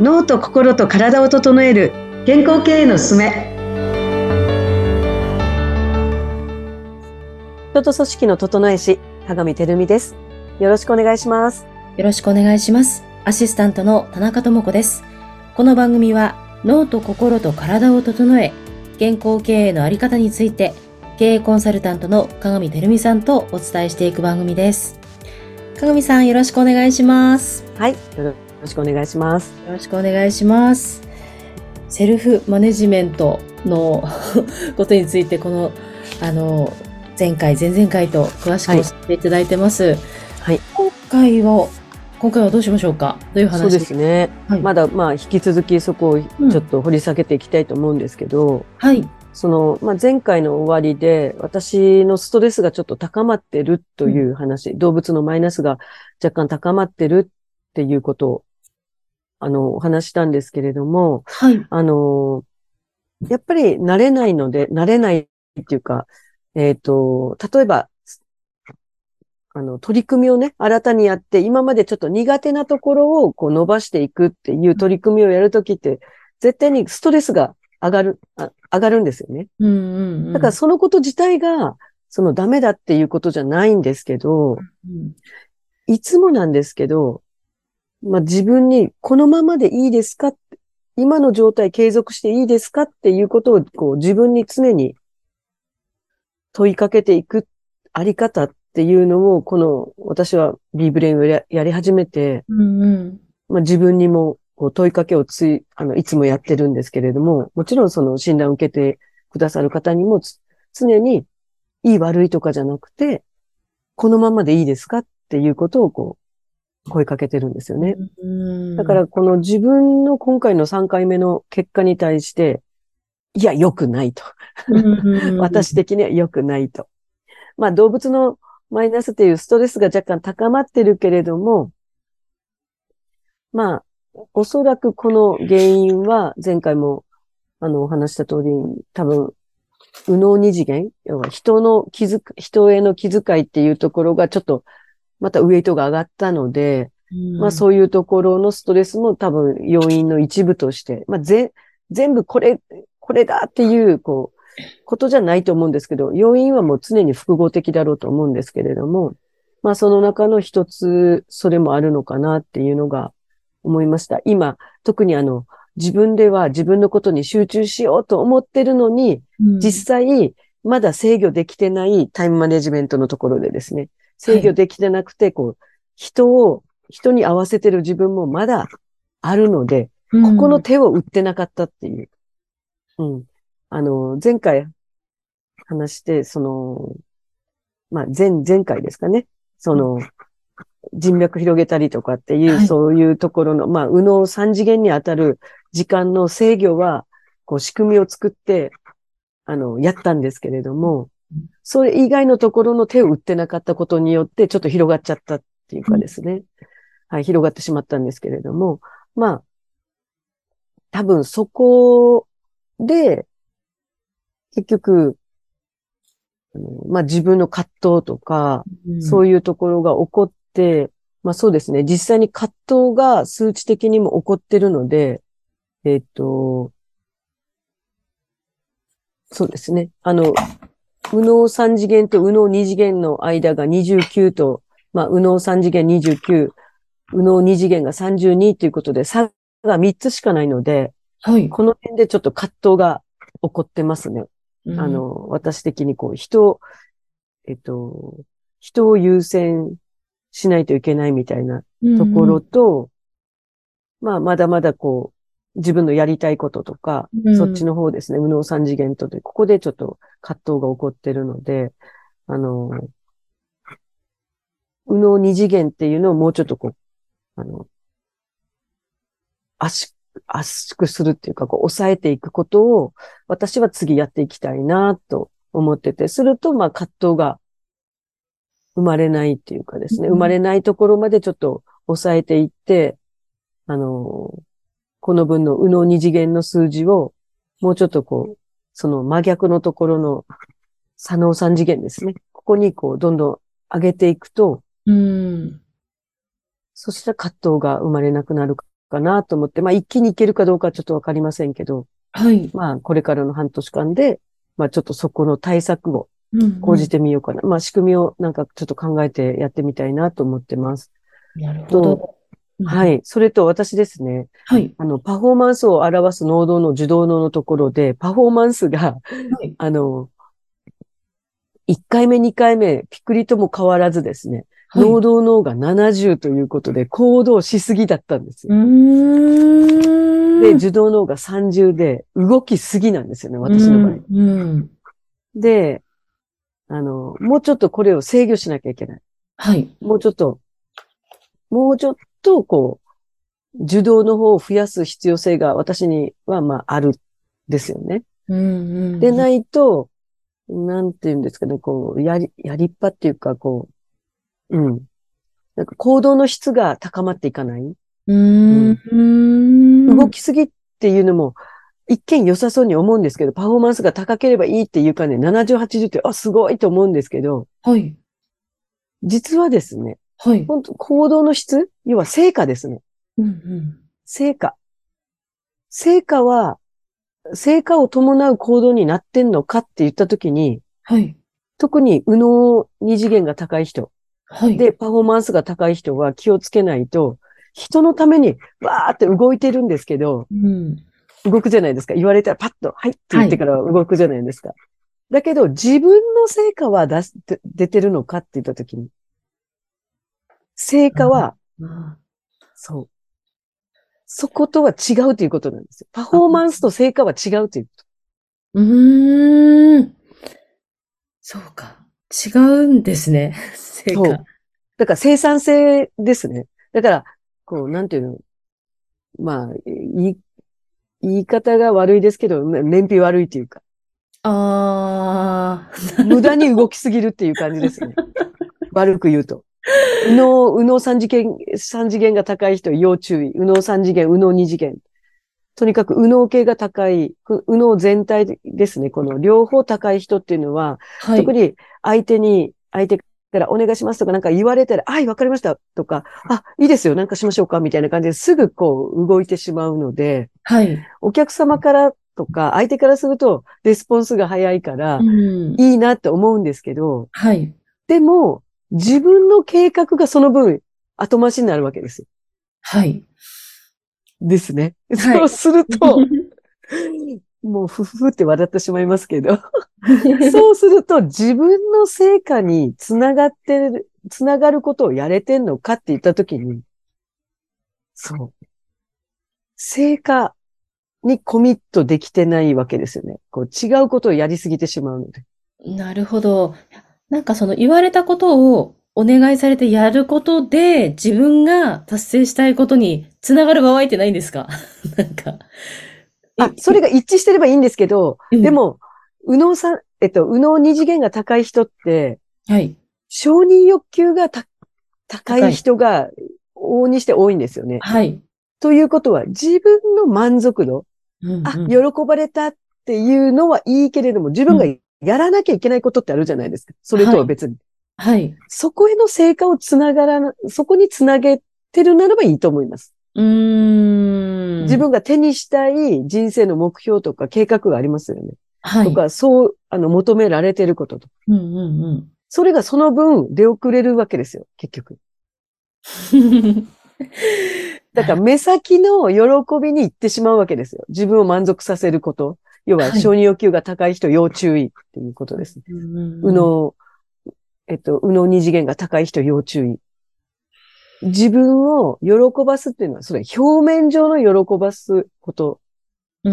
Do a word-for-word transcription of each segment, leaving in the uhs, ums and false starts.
脳と心と体を整える健康経営のすすめ。人と組織の整え師、鏡てるみです。よろしくお願いします。 よろしくお願いします。アシスタントの田中智子です。この番組は脳と心と体を整え、健康経営のあり方について経営コンサルタントの鏡てるみさんとお伝えしていく番組です。鏡さん、よろしくお願いします。 はい、よろしくお願いします。 よろしくお願いします。セルフマネジメントのことについて、このあの前回前々回と詳しく教えていただいてます。 はい。 今回は今回はどうしましょうか。どういう話？ そうですね。 はい、 まだまあ引き続きそこをちょっと掘り下げていきたいと思うんですけど、うん、 はい。 そのまあ前回の終わりで私のストレスがちょっと高まってるという話、うん、動物のマイナスが若干高まってるっていうことをあのお話したんですけれども、 はい。 あのやっぱり慣れないので慣れないっていうか、えっと例えばあの、取り組みをね、新たにやって、今までちょっと苦手なところをこう伸ばしていくっていう取り組みをやるときって、絶対にストレスが上がる、上がるんですよね。 うんうんうん、 だからそのこと自体が、そのダメだっていうことじゃないんですけど、うん、いつもなんですけど、まあ、自分にこのままでいいですか？今の状態継続していいですかっていうことをこう自分に常に問いかけていくあり方っていうのを、この、私は B ブレインをやり始めて、 うんうん、 まあ、自分にもこう問いかけをつい、あの、いつもやってるんですけれども、もちろんその診断を受けてくださる方にも常にいい悪いとかじゃなくて、このままでいいですかっていうことをこう、声かけてるんですよね。 うん、 だからこの自分の今回のさんかいめの結果に対して、いや、良くないと。私的には良くないと。まあ動物のマイナスっていうストレスが若干高まってるけれども、まあ、おそらくこの原因は前回もあのお話した通りに多分、右脳二次元、要は人の気づく、人への気遣いっていうところがちょっとまたウエイトが上がったので、うん、まあそういうところのストレスも多分要因の一部として、まあぜ全部これ、これだっていう、こう、ことじゃないと思うんですけど、要因はもう常に複合的だろうと思うんですけれども、まあその中の一つ、それもあるのかなっていうのが思いました。今、特にあの、自分では自分のことに集中しようと思ってるのに、うん、実際、まだ制御できてないタイムマネジメントのところでですね、制御できてなくて、こう、人を、人に合わせてる自分もまだあるので、うん、ここの手を打ってなかったっていう。うん。あの、前回話して、その、まあ、前、前回ですかね。その、人脈広げたりとかっていう、はい、そういうところの、まあ、右脳三次元にあたる時間の制御は、こう、仕組みを作って、あの、やったんですけれども、それ以外のところの手を打ってなかったことによって、ちょっと広がっちゃったっていうかですね。うん、はい、広がってしまったんですけれども、まあ、多分そこで、結局、あのまあ、自分の葛藤とか、うん、そういうところが起こって、まあそうですね、実際に葛藤が数値的にも起こってるので、えっと、そうですね、あの、右脳三次元と右脳二次元の間がにじゅうきゅうと、まあ、右脳三次元にじゅうきゅう、右脳二次元がさんじゅうにということで、差がみっつしかないので、はい、この辺でちょっと葛藤が起こってますね。うん、あの、私的にこう、人、えっと、人を優先しないといけないみたいなところと、うん、まあ、まだまだこう、自分のやりたいこととか、うん、そっちの方ですね、右脳三次元とで、ここでちょっと葛藤が起こってるので、あの、右脳二次元っていうのをもうちょっとこう、あの、圧縮するっていうか、こう、抑えていくことを、私は次やっていきたいなと思ってて、すると、まあ、葛藤が生まれないっていうかですね、生まれないところまでちょっと抑えていって、あの、この分の右脳二次元の数字を、もうちょっとこう、その真逆のところの左脳三次元ですね。ここにこう、どんどん上げていくと、うん、そしたら葛藤が生まれなくなるかかなと思って、まあ一気にいけるかどうかはちょっとわかりませんけど、 はい。 まあこれからの半年間で、まあちょっとそこの対策をうん、 講じてみようかな。まあ仕組みをなんかちょっと考えてやってみたいなと思ってます。 なるほと、 ど。うんうん、 はい。それと私ですね、 はい。 あの、パフォーマンスを表す能動の受動脳のところで、パフォーマンスが、 はい。 あの、いっかいめ、にかいめ、ピクリとも変わらずですね、 はい。 能動脳がななじゅうということで、行動しすぎだったんですよ。 うで、 ーん。 受動脳がさんじゅうで、動きすぎなんですよね、 う私の場合。 ん。うん。 で、あの、もうちょっとこれを制御しなきゃいけない。 はい。 もうちょっと、もうちょっと、こう、受動の方を増やす必要性が私には、まあ、ある、ですよね。 うん。 でうん。 ないと、なんて言うんですかね、こう、やり、やりっぱっていうか、こう、うん。なんか行動の質が高まっていかない。 ううん。 ーん。 動きすぎっていうのも、一見良さそうに思うんですけど、パフォーマンスが高ければいいっていうかね、ななじゅう、はちじゅうって、あ、すごいと思うんですけど、 はい。 実はですね、 はい。 本当行動の質、要は成果ですね。 うん。うん。 成果。成果は、成果を伴う行動になってんのかって言ったときに、 はい。 特に右脳二次元が高い人、 はい。 で、パフォーマンスが高い人は気をつけないと、人のためにわーって動いてるんですけど、 うん。 動くじゃないですか。言われたらパッと、はいって言はい。 ってから動くじゃないですか。だけど、自分の成果は出し、出てるのかって言ったときに、成果は、 あそう、そことは違うということなんですよ。パフォーあ。 マンスと成果は違うというこうーん。そうか。違うんですね。成と。そ果。 う。だから生産性ですね。だから、こう、なんていうの、まあ、言い、言い方が悪いですけど、燃費悪いというか、 ああ。な無駄るに動きすぎるっていう感じですね。悪く言うと。右脳、右脳三次元、三次元が高い人要注意。右脳三次元、右脳二次元。とにかく右脳系が高い、右脳全体ですね。この両方高い人っていうのは、 はい。 特に相手に、相手からお願いしますとかなんか言われたら、はい、わかりましたとか、あ、いいですよ、なんかしましょうかみたいな感じですぐこう動いてしまうので、 はい。 お客様からとか、相手からするとレスポンスが早いかうら、 ん。 いいなって思うんですけど、 はい。 でも、自分の計画がその分後回しになるわけですよ。 はい。 ですね。 はい。 そうすると、もうふふふって笑ってしまいますけど、そうすると自分の成果につながってる、つながることをやれてんのかって言ったときに、そう。成果にコミットできてないわけですよね。こう違うことをやりすぎてしまうので。 なるほど。なんかその言われたことをお願いされてやることで、自分が達成したいことにつながる場合ってないんですか？なんか、 あ、 い、 それが一致してればいいんですけど、 うん。 でも、右脳さん、えっと、右脳二次元が高い人って、 はい。 承認欲求がた高い高い。 人が往々にして多いんですよね。 はい。 ということは、自分の満足度、あ、喜うんうん。 ばれたっていうのはいいけれども、自分がうん。 やらなきゃいけないことってあるじゃないですか。それはい。 とは別に。 はい。 そこへの成果をつながらな、そこにつなげてるならばいいと思います。 うーん。 自分が手にしたい人生の目標とか計画がありますよね。 はい。 とか、そう、あの、求められてることと。 うんうんうん。 それがその分出遅れるわけですよ、結局。だからなる目先の喜びに行ってしまうわけですよ。自分を満足させること。要ははい。 承認欲求が高い人要注意っていうことですね。 うんうんうん。 右脳、えっと、右脳二次元が高い人要注意。自分を喜ばすっていうのは、それ表面上の喜ばすこと。 うん。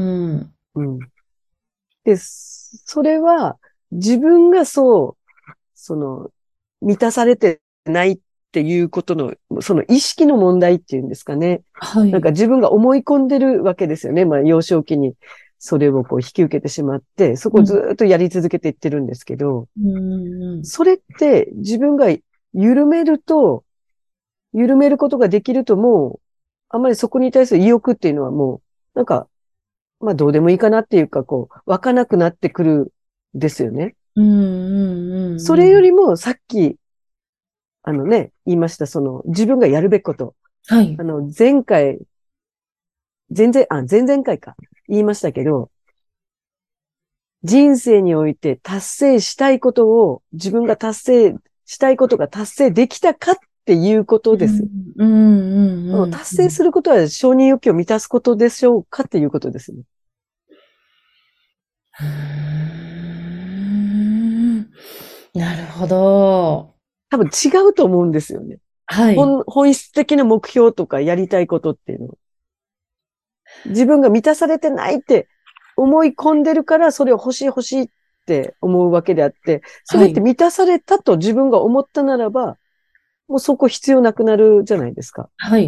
うん。で、それは自分がそう、その、満たされてないっていうことの、その意識の問題っていうんですかね。 はい。 なんか自分が思い込んでるわけですよね。まあ幼少期にそれをこう引き受けてしまって、そこをうん。 ずっとやり続けていってるんですけど、 うんうんうん。 それって自分が緩めると、緩めることができるともう、あんまりそこに対する意欲っていうのはもう、なんか、まあどうでもいいかなっていうか、こう、湧かなくなってくるんですよね。 うんうんそうんうん。 れよりもさっき、あのね、言いました、その自分がやるべきこと。 はい。 あの、前回全然、あ、前々回か。言いましたけど、人生において達成したいことを、自分が達成したいことが達成できたかっていうことです。 うん、うん、うん。 達成することは承認欲求を満たすことでしょうかっていうことですね。 うーん、なるほど。 多分違うと思うんですよね。 はい。 本、本質的な目標とかやりたいことっていうのは。自分が満たされてないって思い込んでるから、それを欲しい欲しいって思うわけであって、それって満たされたと自分が思ったならば、もうそこ必要なくなるじゃないですか。 はい。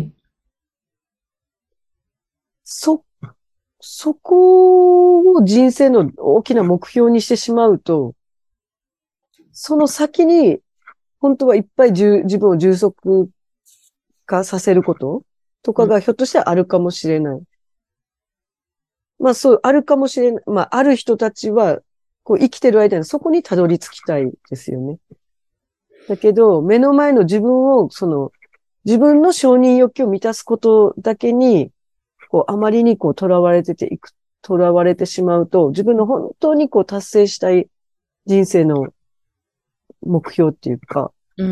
そ、そこを人生の大きな目標にしてしまうと、その先に本当はいっぱいじゅ自分を充足化させることとかがひょっとしてあるかもしれない。まあそう、あるかもしれない。まあある人たちは、こう生きてる間にそこにたどり着きたいですよね。だけど、目の前の自分を、その、自分の承認欲求を満たすことだけに、こう、あまりにこう、囚われてていく、囚われてしまうと、自分の本当にこう、達成したい人生の目標っていうか、 うん。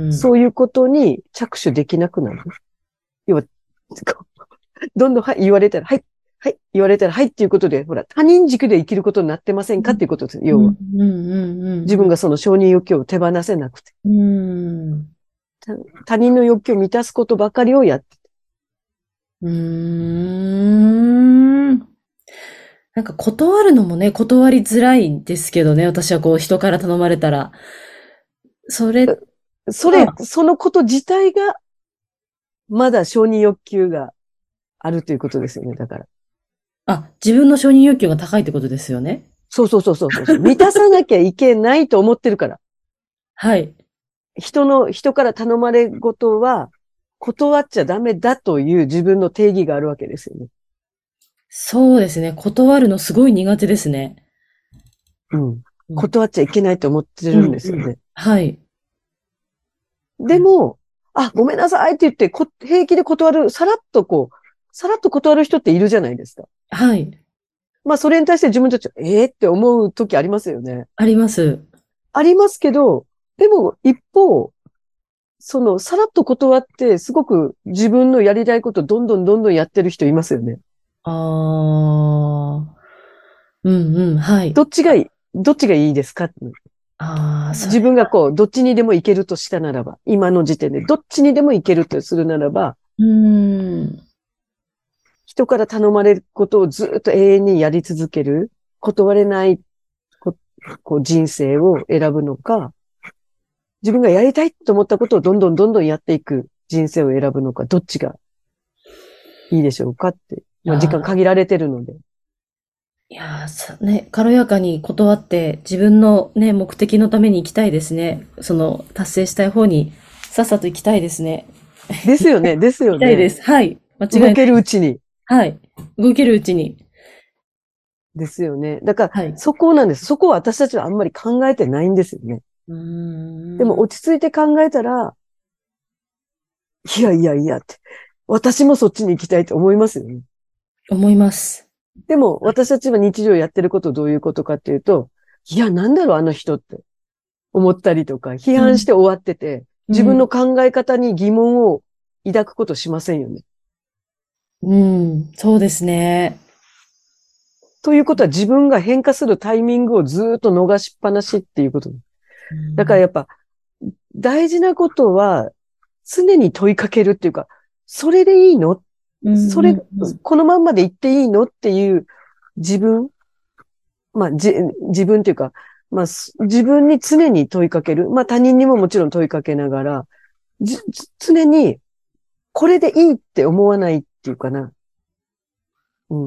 そういうことに着手できなくなる。要は、どんどん、はい、言われたら、はい、はい、言われたら、はいっていうことで、ほら、他人軸で生きることになってませんかっていうことです。要は。 うんうんうんうん、 自分がその承認欲求を手放せなくて。 うん。 他人の欲求を満たすことばかりをやって。 うーん。なんか断るのもね、断りづらいんですけどね、私はこう人から頼まれたら。それそれ、 は、 そのこと自体が、まだ承認欲求があるということですよね、だから。 あ、自分の承認欲求が高いってことですよね。 そうそうそうそうそう。満たさなきゃいけないと思ってるから。 はい。 人の、人から頼まれごとは、断っちゃダメだという自分の定義があるわけですよね。 そうですね。断るのすごい苦手ですね。 うん。 うん。 断っちゃいけないと思ってるんうんうん。 ですよね。 はい。 でも、あ、ごめんなさいって言ってこ、平気で断る、さらっとこう、さらっと断る人っているじゃないですか。 はい。 まあ、それに対して自分たちは、ええー、って思う時ありますよね。 あります。 ありますけど、でも一方、その、さらっと断って、すごく自分のやりたいことどんどんどんどんやってる人いますよね。 ああ。うんうん。はい。 どっちがいい、どっちがいいですか？ ああ、それ。 自分がこう、どっちにでもいけるとしたならば、今の時点でどっちにでもいけるとするならば、 うーん。 人から頼まれることをずっと永遠にやり続ける、断れないここう人生を選ぶのか、自分がやりたいと思ったことをどんどんどんどんやっていく人生を選ぶのか、どっちがいいでしょうかって。まあ時間ああ。 限られてるので。 いやー、さね、軽やかに断って自分のね、目的のために行きたいですね。その達成したい方にさっさと行きたいですね。 ですよね、ですよね。 行きたいです。はい。間違い動けない。 るうちに。 はい。動けるうちに。 ですよね。だから、 はい。 そこなんです。そこは私たちはあんまり考えてないんですよね。 うーん。 でも落ち着いて考えたら、いやいやいやって、私もそっちに行きたいと思いますよね。 思います。 でも、私たちは日常やってることどういうことかっていうと、いや、なんだろう、あの人って思ったりとか、批うん。 判して終わってて、自分のうん。 考え方に疑問を抱くことしませんよね。 うん。そうですね。 ということは自分が変化するタイミングをずーっと逃しっぱなしっていうこと。 うん。 だからやっぱ、大事なことは、常に問いかけるっていうか、それでいいの？ うん。 それ、 うん。うん。 このまんまで言っていいのっていう自分、まあ、じ、自分っていうか、まあ、す自分に常に問いかける。まあ、他人にももちろん問いかけながら、じ、常に、これでいいって思わないっていうかな。うん。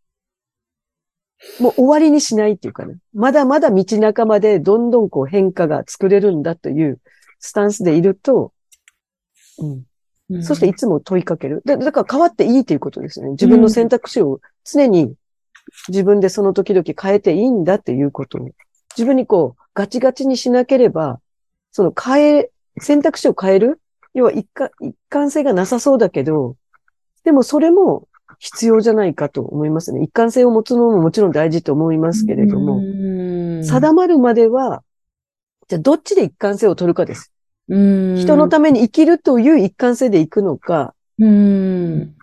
もう終わりにしないっていうかな。まだまだ道半ばでどんどんこう変化が作れるんだというスタンスでいると、うん。 うん。 そしていつも問いかける。で、だから変わっていいということですね。自分のうん。 選択肢を常に自分でその時々変えていいんだっていうことを。自分にこう、ガチガチにしなければ、その変え、選択肢を変える要は一貫、一貫性がなさそうだけど、でもそれも必要じゃないかと思いますね。一貫性を持つのももちろん大事と思いますけれども、定まるまでは、じゃあどっちで一貫性を取るかです。人のために生きるという一貫性でいくのか、 うんうん、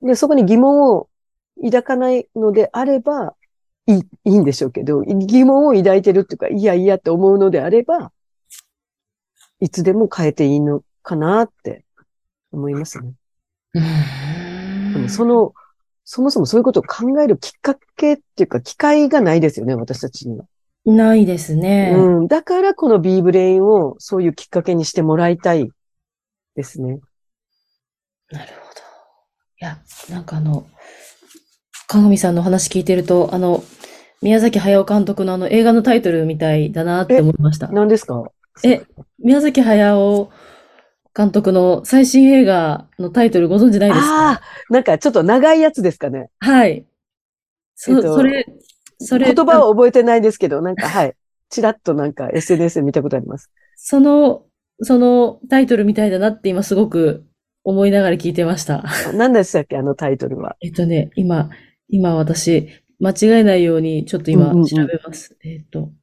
でそこに疑問を抱かないのであればいい、いいんでしょうけど、疑問を抱いてるっていうか、いやいやって思うのであれば、いつでも変えていいのかなって思いますね。でもその、そもそもそういうことを考えるきっかけっていうか、機会がないですよね、私たちには。 ないですね。 うん。だからこの B ブレインをそういうきっかけにしてもらいたいですね。 なるほど。いや、なんかあの、鏡さんの話聞いてると、あの、宮崎駿監督のあの映画のタイトルみたいだなって思いました。 何ですか？ え、宮崎駿監督の最新映画のタイトルご存知ないですか？ ああ、なんかちょっと長いやつですかね。 はい。そ、 えっと、 それ、それ、 言葉は覚えてないですけど、なんか、はい。ちらっとなんか エスエヌエス で見たことあります。 その、そのタイトルみたいだなって今すごく思いながら聞いてました。 何でしたっけ、あのタイトルは。 えっとね、今、今私、間違えないようにちょっと今うんうんうん調べます。えっと、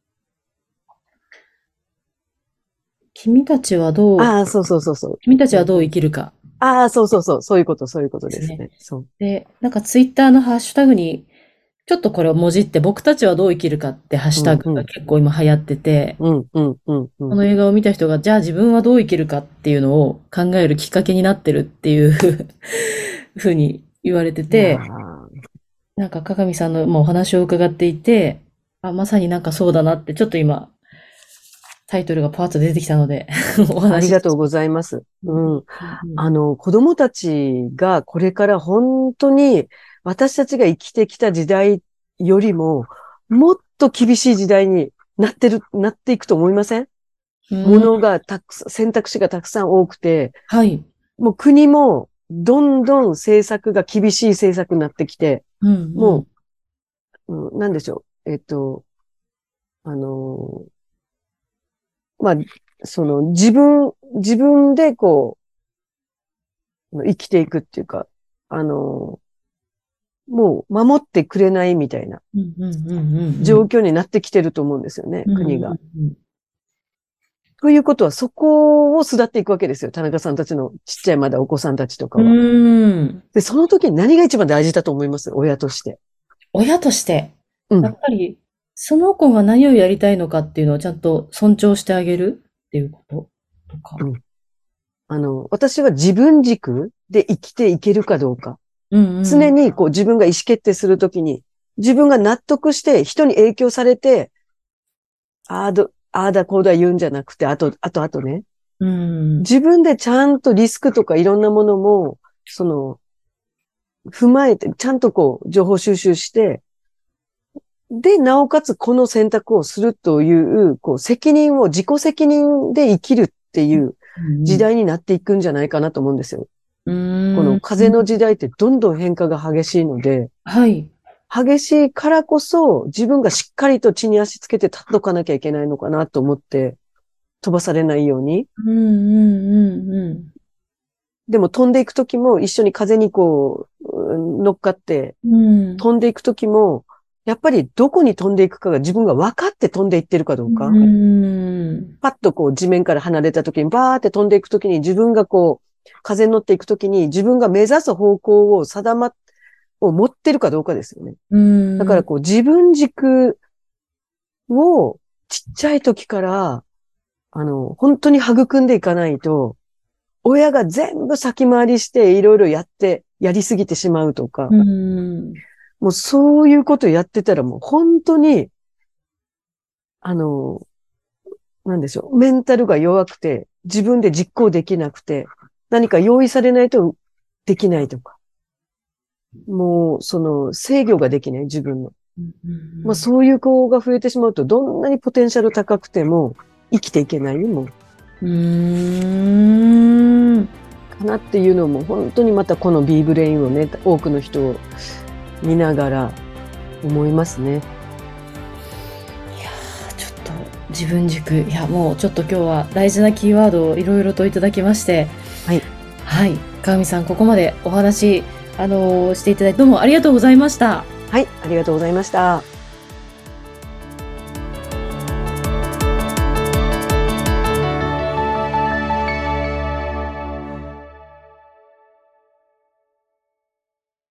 君たちはどう、 ああ、そうそうそうそう。 君たちはどう生きるかああ、そうそうそう。そういうこと、そういうことでね。 ですすね。そう。 で、なんかツイッターのハッシュタグに、ちょっとこれをもじって、僕たちはどう生きるかってハッシュタグうんうん。 が結構今流行ってて、 うんうんうんうん。 この映画を見た人が、じゃあ自分はどう生きるかっていうのを考えるきっかけになってるっていうふうに言われていやて、 ー、 なんか鏡さんのまあお話を伺っていて、あ、まさになんかそうだなって、ちょっと今、タイトルがパーッと出てきたのでおあり話し。 がとうございます。 うんうん。 うんあの、子供たちがこれから本当に私たちが生きてきた時代よりももっと厳しい時代になってる、なっていくと思いません？ うんものがたくさん、選択肢がたくさん多くて、 はい。 もう国もどんどん政策が厳しい政策になってきて、 うんうんもう、うん、なんでしょう。えっと、あの、まあ、その自分、自分でこう、生きていくっていうか、あの、もう守ってくれないみたいなうんうんうんうんうん状況になってきてると思うんですよね、 うん国が。 うんうんということは、そこを巣立っていくわけですよ。田中さんたちのちっちゃいまだお子さんたちとかうは。 ーん。 で、その時に何が一番大事だと思います？親として。 親として、やっうん。 ぱり、その子が何をやりたいのかっていうのをちゃんと尊重してあげるっていうこととか。 うん。あの、私は自分軸で生きていけるかどうか。 うんうん。 常にこう自分が意思決定するときに、自分が納得して人に影響されて、ああだ、ああだこうだ言うんじゃなくて、あと、あとあとね、 うん。 自分でちゃんとリスクとかいろんなものも、その、踏まえて、ちゃんとこう、情報収集して、で、なおかつこの選択をするという、こう、責任を自己責任で生きるっていう時代になっていくんじゃないかなと思うんですよ。 うん。 この風の時代ってどんどん変化が激しいので、 はい。 激しいからこそ自分がしっかりと地に足つけて立っとかなきゃいけないのかなと思って、飛ばされないように。 うんうんうんうん。 でも飛んでいくときも一緒に風にこう、うん乗っかってうん。 飛んでいくときも、やっぱりどこに飛んでいくかが自分が分かって飛んでいってるかどうか。 うん。 パッとこう地面から離れたときにバーって飛んでいくときに自分がこう、風に乗っていくときに自分が目指す方向を定まっ、を持ってるかどうかですよね。 うん。 だからこう自分軸をちっちゃい時から、あの、本当に育んでいかないと、親が全部先回りしていろいろやって、やりすぎてしまうとか、 うん。 もうそういうことやってたらもう本当に、あの、なんでしょう、メンタルが弱くて、自分で実行できなくて、何か用意されないとできないとか、もうその制御ができない自分の。まあそういう子が増えてしまうと、どんなにポテンシャル高くても生きていけないもん。 うーん。 かなっていうのも本当にまたこの B ブレインをね、多くの人を見ながら思いますね。 いやー、ちょっと自分軸、いやもうちょっと今日は大事なキーワードをいろいろといただきまして、 はい。 はい。川上さん、ここまでお話あの、していただいてどうもありがとうございました。 はい、ありがとうございました。